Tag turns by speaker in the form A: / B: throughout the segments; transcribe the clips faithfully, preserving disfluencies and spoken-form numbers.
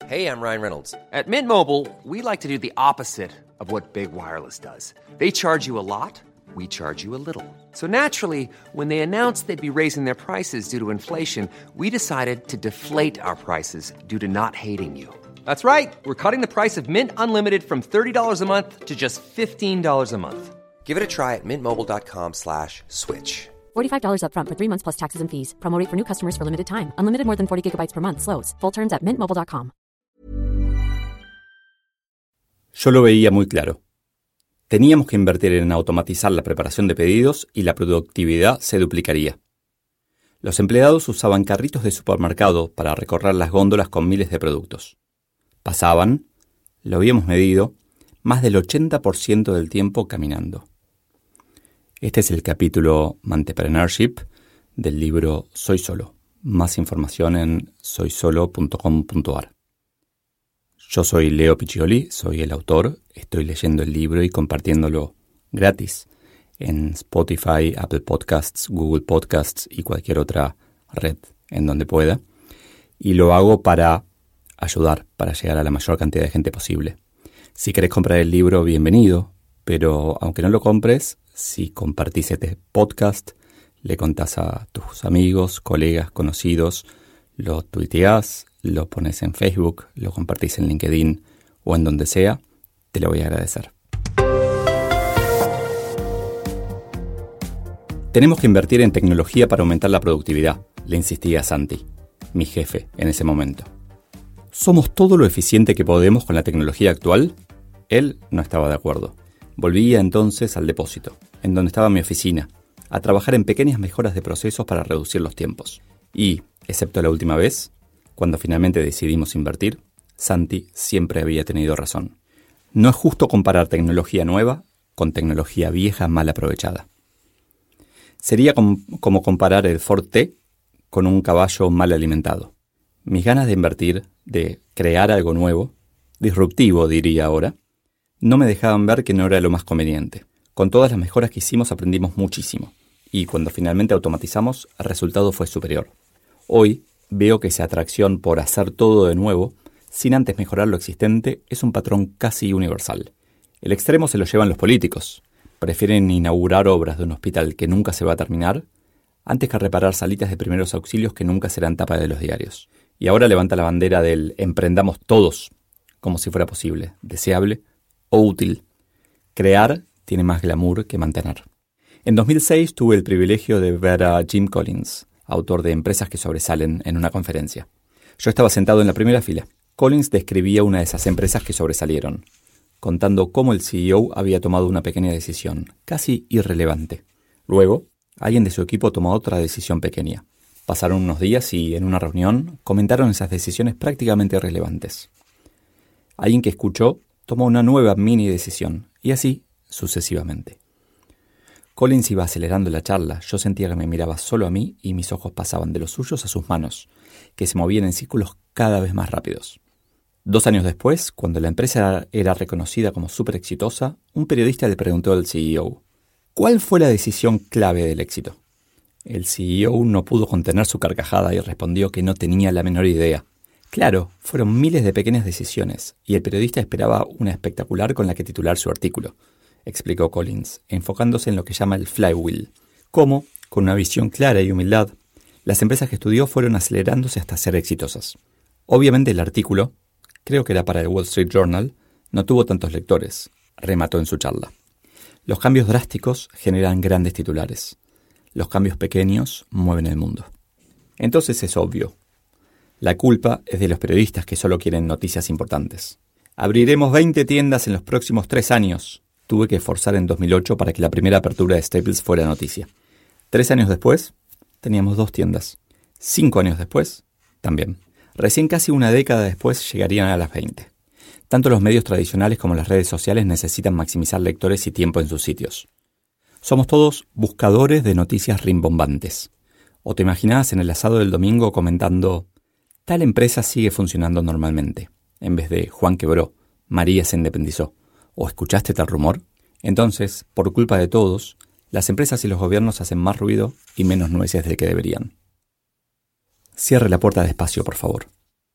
A: Hey, I'm Ryan Reynolds. At Mint Mobile, we like to do the opposite of what Big Wireless does. They charge you a lot, we charge you a little. So naturally, when they announced they'd be raising their prices due to inflation, we decided to deflate our prices due to not hating you. That's right. We're cutting the price of Mint Unlimited from thirty dollars a month to just fifteen dollars a month. Give it a try at mintmobile.com slash switch.
B: forty-five dollars up front for three months plus taxes and fees. Promo rate for new customers for limited time. Unlimited more than forty gigabytes per month slows. Full terms at mint mobile dot com.
C: Yo lo veía muy claro. Teníamos que invertir en automatizar la preparación de pedidos y la productividad se duplicaría. Los empleados usaban carritos de supermercado para recorrer las góndolas con miles de productos. Pasaban, lo habíamos medido, más del ochenta por ciento del tiempo caminando. Este es el capítulo Mantepreneurship del libro Soy Solo. Más información en soy solo punto com punto a r. Yo soy Leo Piccioli, soy el autor, estoy leyendo el libro y compartiéndolo gratis en Spotify, Apple Podcasts, Google Podcasts y cualquier otra red en donde pueda. Y lo hago para ayudar, para llegar a la mayor cantidad de gente posible. Si querés comprar el libro, bienvenido, pero aunque no lo compres, si compartís este podcast, le contás a tus amigos, colegas, conocidos, lo tuiteás, lo pones en Facebook, lo compartís en LinkedIn o en donde sea, te lo voy a agradecer. Tenemos que invertir en tecnología para aumentar la productividad, le insistía Santi, mi jefe en ese momento. ¿Somos todo lo eficiente que podemos con la tecnología actual? Él no estaba de acuerdo. Volvía entonces al depósito, en donde estaba mi oficina, a trabajar en pequeñas mejoras de procesos para reducir los tiempos. Y, excepto la última vez, cuando finalmente decidimos invertir, Santi siempre había tenido razón. No es justo comparar tecnología nueva con tecnología vieja mal aprovechada. Sería com- como comparar el Ford T con un caballo mal alimentado. Mis ganas de invertir, de crear algo nuevo, disruptivo diría ahora, no me dejaban ver que no era lo más conveniente. Con todas las mejoras que hicimos aprendimos muchísimo, y cuando finalmente automatizamos, el resultado fue superior. Hoy veo que esa atracción por hacer todo de nuevo, sin antes mejorar lo existente, es un patrón casi universal. El extremo se lo llevan los políticos. Prefieren inaugurar obras de un hospital que nunca se va a terminar, antes que reparar salitas de primeros auxilios que nunca serán tapa de los diarios. Y ahora levanta la bandera del emprendamos todos, como si fuera posible, deseable o útil. Crear tiene más glamour que mantener. En dos mil seis tuve el privilegio de ver a Jim Collins, autor de Empresas que sobresalen, en una conferencia. Yo estaba sentado en la primera fila. Collins describía una de esas empresas que sobresalieron, contando cómo el C E O había tomado una pequeña decisión, casi irrelevante. Luego, alguien de su equipo tomó otra decisión pequeña. Pasaron unos días y, en una reunión, comentaron esas decisiones prácticamente irrelevantes. Alguien que escuchó tomó una nueva mini decisión, y así sucesivamente. Collins iba acelerando la charla. Yo sentía que me miraba solo a mí y mis ojos pasaban de los suyos a sus manos, que se movían en círculos cada vez más rápidos. Dos años después, cuando la empresa era reconocida como súper exitosa, un periodista le preguntó al C E O, ¿cuál fue la decisión clave del éxito? El C E O no pudo contener su carcajada y respondió que no tenía la menor idea. Claro, fueron miles de pequeñas decisiones, y el periodista esperaba una espectacular con la que titular su artículo, explicó Collins, enfocándose en lo que llama el flywheel. Cómo, con una visión clara y humildad, las empresas que estudió fueron acelerándose hasta ser exitosas. Obviamente el artículo, creo que era para el Wall Street Journal, no tuvo tantos lectores, remató en su charla. Los cambios drásticos generan grandes titulares. Los cambios pequeños mueven el mundo. Entonces es obvio. La culpa es de los periodistas que solo quieren noticias importantes. Abriremos veinte tiendas en los próximos tres años. Tuve que esforzar en dos mil ocho para que la primera apertura de Staples fuera noticia. Tres años después, teníamos dos tiendas. Cinco años después, también. Recién casi una década después llegarían a las veinte. Tanto los medios tradicionales como las redes sociales necesitan maximizar lectores y tiempo en sus sitios. Somos todos buscadores de noticias rimbombantes. ¿O te imaginás en el asado del domingo comentando tal empresa sigue funcionando normalmente, en vez de Juan quebró, María se independizó, o escuchaste tal rumor? Entonces, por culpa de todos, las empresas y los gobiernos hacen más ruido y menos nueces del que deberían. Cierre la puerta despacio, por favor.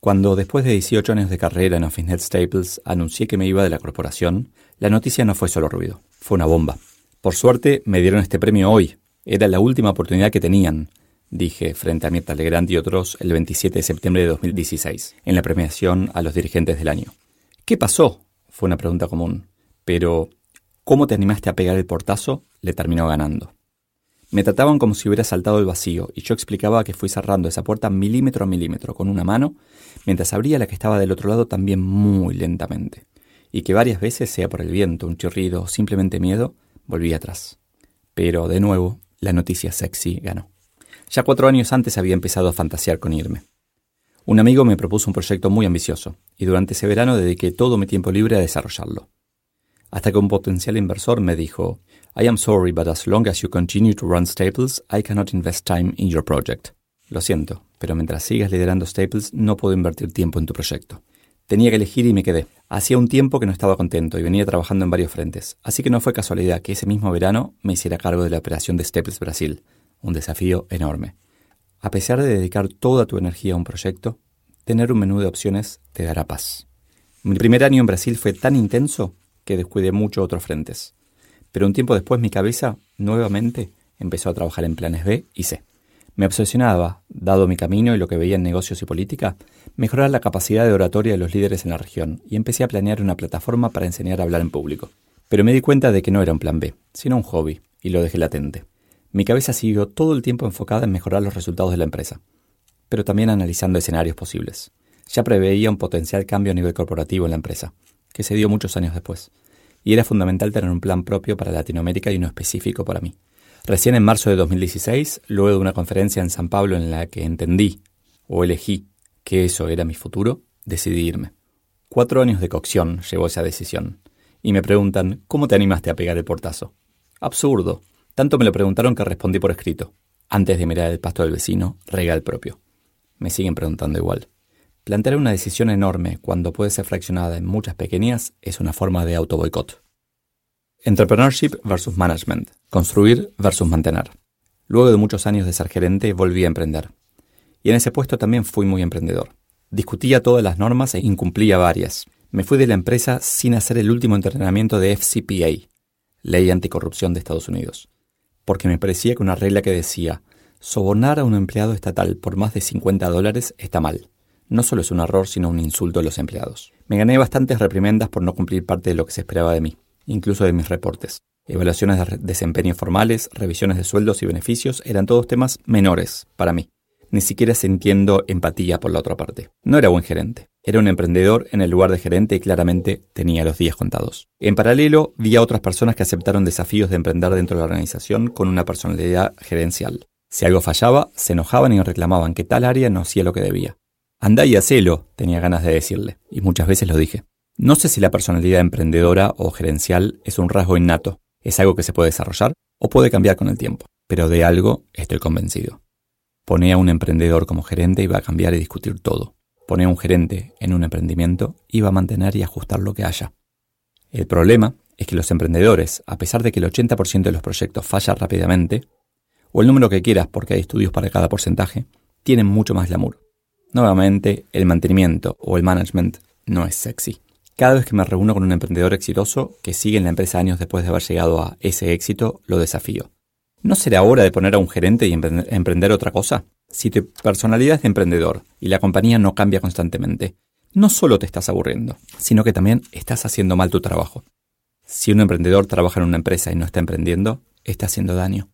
C: Cuando, después de dieciocho años de carrera en OfficeNet Staples, anuncié que me iba de la corporación, la noticia no fue solo ruido, fue una bomba. Por suerte, me dieron este premio hoy. Era la última oportunidad que tenían, dije frente a Mirta Legrand y otros el veintisiete de septiembre de dos mil dieciséis, en la premiación a los dirigentes del año. ¿Qué pasó?, fue una pregunta común. Pero, ¿cómo te animaste a pegar el portazo?, le terminó ganando. Me trataban como si hubiera saltado el vacío, y yo explicaba que fui cerrando esa puerta milímetro a milímetro con una mano, mientras abría la que estaba del otro lado también muy lentamente, y que varias veces, sea por el viento, un chirrido o simplemente miedo, volví atrás. Pero, de nuevo, la noticia sexy ganó. Ya cuatro años antes había empezado a fantasear con irme. Un amigo me propuso un proyecto muy ambicioso, y durante ese verano dediqué todo mi tiempo libre a desarrollarlo. Hasta que un potencial inversor me dijo, I am sorry, but as long as you continue to run Staples, I cannot invest time in your project. Lo siento, pero mientras sigas liderando Staples, no puedo invertir tiempo en tu proyecto. Tenía que elegir y me quedé. Hacía un tiempo que no estaba contento y venía trabajando en varios frentes, así que no fue casualidad que ese mismo verano me hiciera cargo de la operación de Staples Brasil, un desafío enorme. A pesar de dedicar toda tu energía a un proyecto, tener un menú de opciones te dará paz. Mi primer año en Brasil fue tan intenso que descuidé mucho otros frentes. Pero un tiempo después mi cabeza, nuevamente, empezó a trabajar en planes B y C. Me obsesionaba, dado mi camino y lo que veía en negocios y política, mejorar la capacidad de oratoria de los líderes en la región y empecé a planear una plataforma para enseñar a hablar en público. Pero me di cuenta de que no era un plan B, sino un hobby, y lo dejé latente. Mi cabeza siguió todo el tiempo enfocada en mejorar los resultados de la empresa, pero también analizando escenarios posibles. Ya preveía un potencial cambio a nivel corporativo en la empresa, que se dio muchos años después, y era fundamental tener un plan propio para Latinoamérica y uno específico para mí. Recién en marzo de dos mil dieciséis, luego de una conferencia en San Pablo en la que entendí, o elegí, que eso era mi futuro, decidí irme. Cuatro años de cocción llevó esa decisión, y me preguntan, ¿cómo te animaste a pegar el portazo? Absurdo. Tanto me lo preguntaron que respondí por escrito. Antes de mirar el pasto del vecino, rega el propio. Me siguen preguntando igual. Plantear una decisión enorme cuando puede ser fraccionada en muchas pequeñas es una forma de autoboicot. Entrepreneurship versus management. Construir versus mantener. Luego de muchos años de ser gerente, volví a emprender. Y en ese puesto también fui muy emprendedor. Discutía todas las normas e incumplía varias. Me fui de la empresa sin hacer el último entrenamiento de F C P A, Ley Anticorrupción de Estados Unidos, porque me parecía que una regla que decía sobornar a un empleado estatal por más de cincuenta dólares está mal. No solo es un error, sino un insulto a los empleados. Me gané bastantes reprimendas por no cumplir parte de lo que se esperaba de mí, incluso de mis reportes. Evaluaciones de desempeño formales, revisiones de sueldos y beneficios eran todos temas menores para mí. Ni siquiera sintiendo empatía por la otra parte. No era buen gerente. Era un emprendedor en el lugar de gerente y claramente tenía los días contados. En paralelo, vi a otras personas que aceptaron desafíos de emprender dentro de la organización con una personalidad gerencial. Si algo fallaba, se enojaban y reclamaban que tal área no hacía lo que debía. Andá y hacelo, tenía ganas de decirle, y muchas veces lo dije. No sé si la personalidad emprendedora o gerencial es un rasgo innato, es algo que se puede desarrollar o puede cambiar con el tiempo, pero de algo estoy convencido. Poné a un emprendedor como gerente y va a cambiar y discutir todo. Poné a un gerente en un emprendimiento y va a mantener y ajustar lo que haya. El problema es que los emprendedores, a pesar de que el ochenta por ciento de los proyectos falla rápidamente, o el número que quieras porque hay estudios para cada porcentaje, tienen mucho más glamour. Nuevamente, el mantenimiento o el management no es sexy. Cada vez que me reúno con un emprendedor exitoso que sigue en la empresa años después de haber llegado a ese éxito, lo desafío. ¿No será hora de poner a un gerente y emprender otra cosa? Si tu personalidad es de emprendedor y la compañía no cambia constantemente, no solo te estás aburriendo, sino que también estás haciendo mal tu trabajo. Si un emprendedor trabaja en una empresa y no está emprendiendo, está haciendo daño.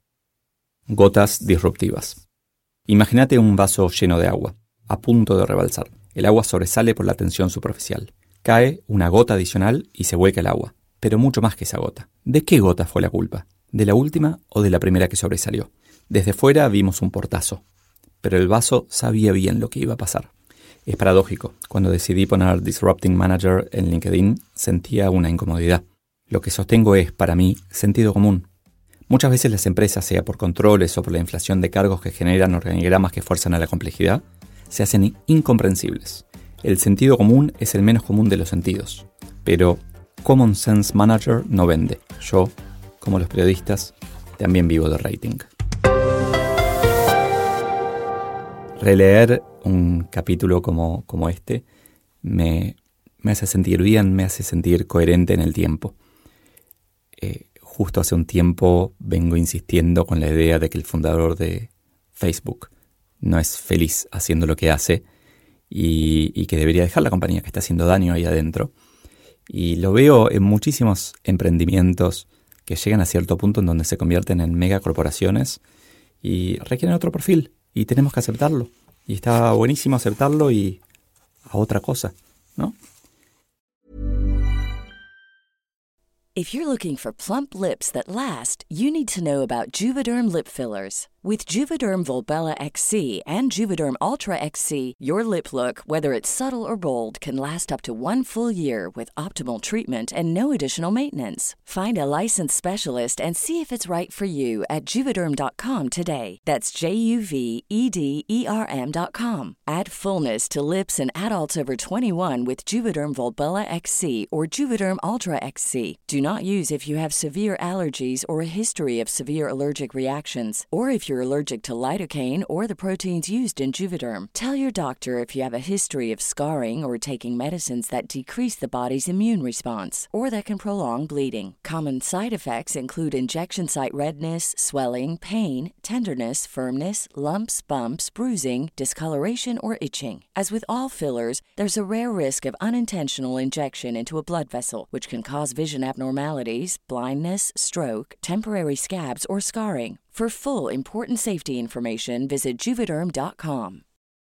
C: Gotas disruptivas. Imagínate un vaso lleno de agua, a punto de rebalsar. El agua sobresale por la tensión superficial. Cae una gota adicional y se vuelca el agua, pero mucho más que esa gota. ¿De qué gota fue la culpa? ¿De la última o de la primera que sobresalió? Desde fuera vimos un portazo, pero el vaso sabía bien lo que iba a pasar. Es paradójico. Cuando decidí poner Disrupting Manager en LinkedIn, sentía una incomodidad. Lo que sostengo es, para mí, sentido común. Muchas veces las empresas, sea por controles o por la inflación de cargos que generan organigramas que fuerzan a la complejidad, se hacen incomprensibles. El sentido común es el menos común de los sentidos. Pero Common Sense Manager no vende. Yo, como los periodistas, también vivo de rating. Releer un capítulo como, como este me, me hace sentir bien, me hace sentir coherente en el tiempo. Eh, justo hace un tiempo vengo insistiendo con la idea de que el fundador de Facebook no es feliz haciendo lo que hace y, y que debería dejar la compañía, que está haciendo daño ahí adentro. Y lo veo en muchísimos emprendimientos que llegan a cierto punto en donde se convierten en megacorporaciones y requieren otro perfil y tenemos que aceptarlo. Y está buenísimo aceptarlo y a otra cosa, ¿no?
D: If you're looking for plump lips that last, you need to know about Juvederm lip fillers. With Juvederm Volbella X C and Juvederm Ultra X C, your lip look, whether it's subtle or bold, can last up to one full year with optimal treatment and no additional maintenance. Find a licensed specialist and see if it's right for you at Juvederm dot com today. That's J U V E D E R M dot com. Add fullness to lips in adults over twenty-one with Juvederm Volbella X C or Juvederm Ultra X C. Do not use if you have severe allergies or a history of severe allergic reactions, or if you're allergic to lidocaine or the proteins used in Juvederm. Tell your doctor if you have a history of scarring or taking medicines that decrease the body's immune response or that can prolong bleeding. Common side effects include injection site redness, swelling, pain, tenderness, firmness, lumps, bumps, bruising, discoloration, or itching. As with all fillers, there's a rare risk of unintentional injection into a blood vessel, which can cause vision abnormalities, blindness, stroke, temporary scabs, or scarring. For full, important safety information, visit Juvederm dot com.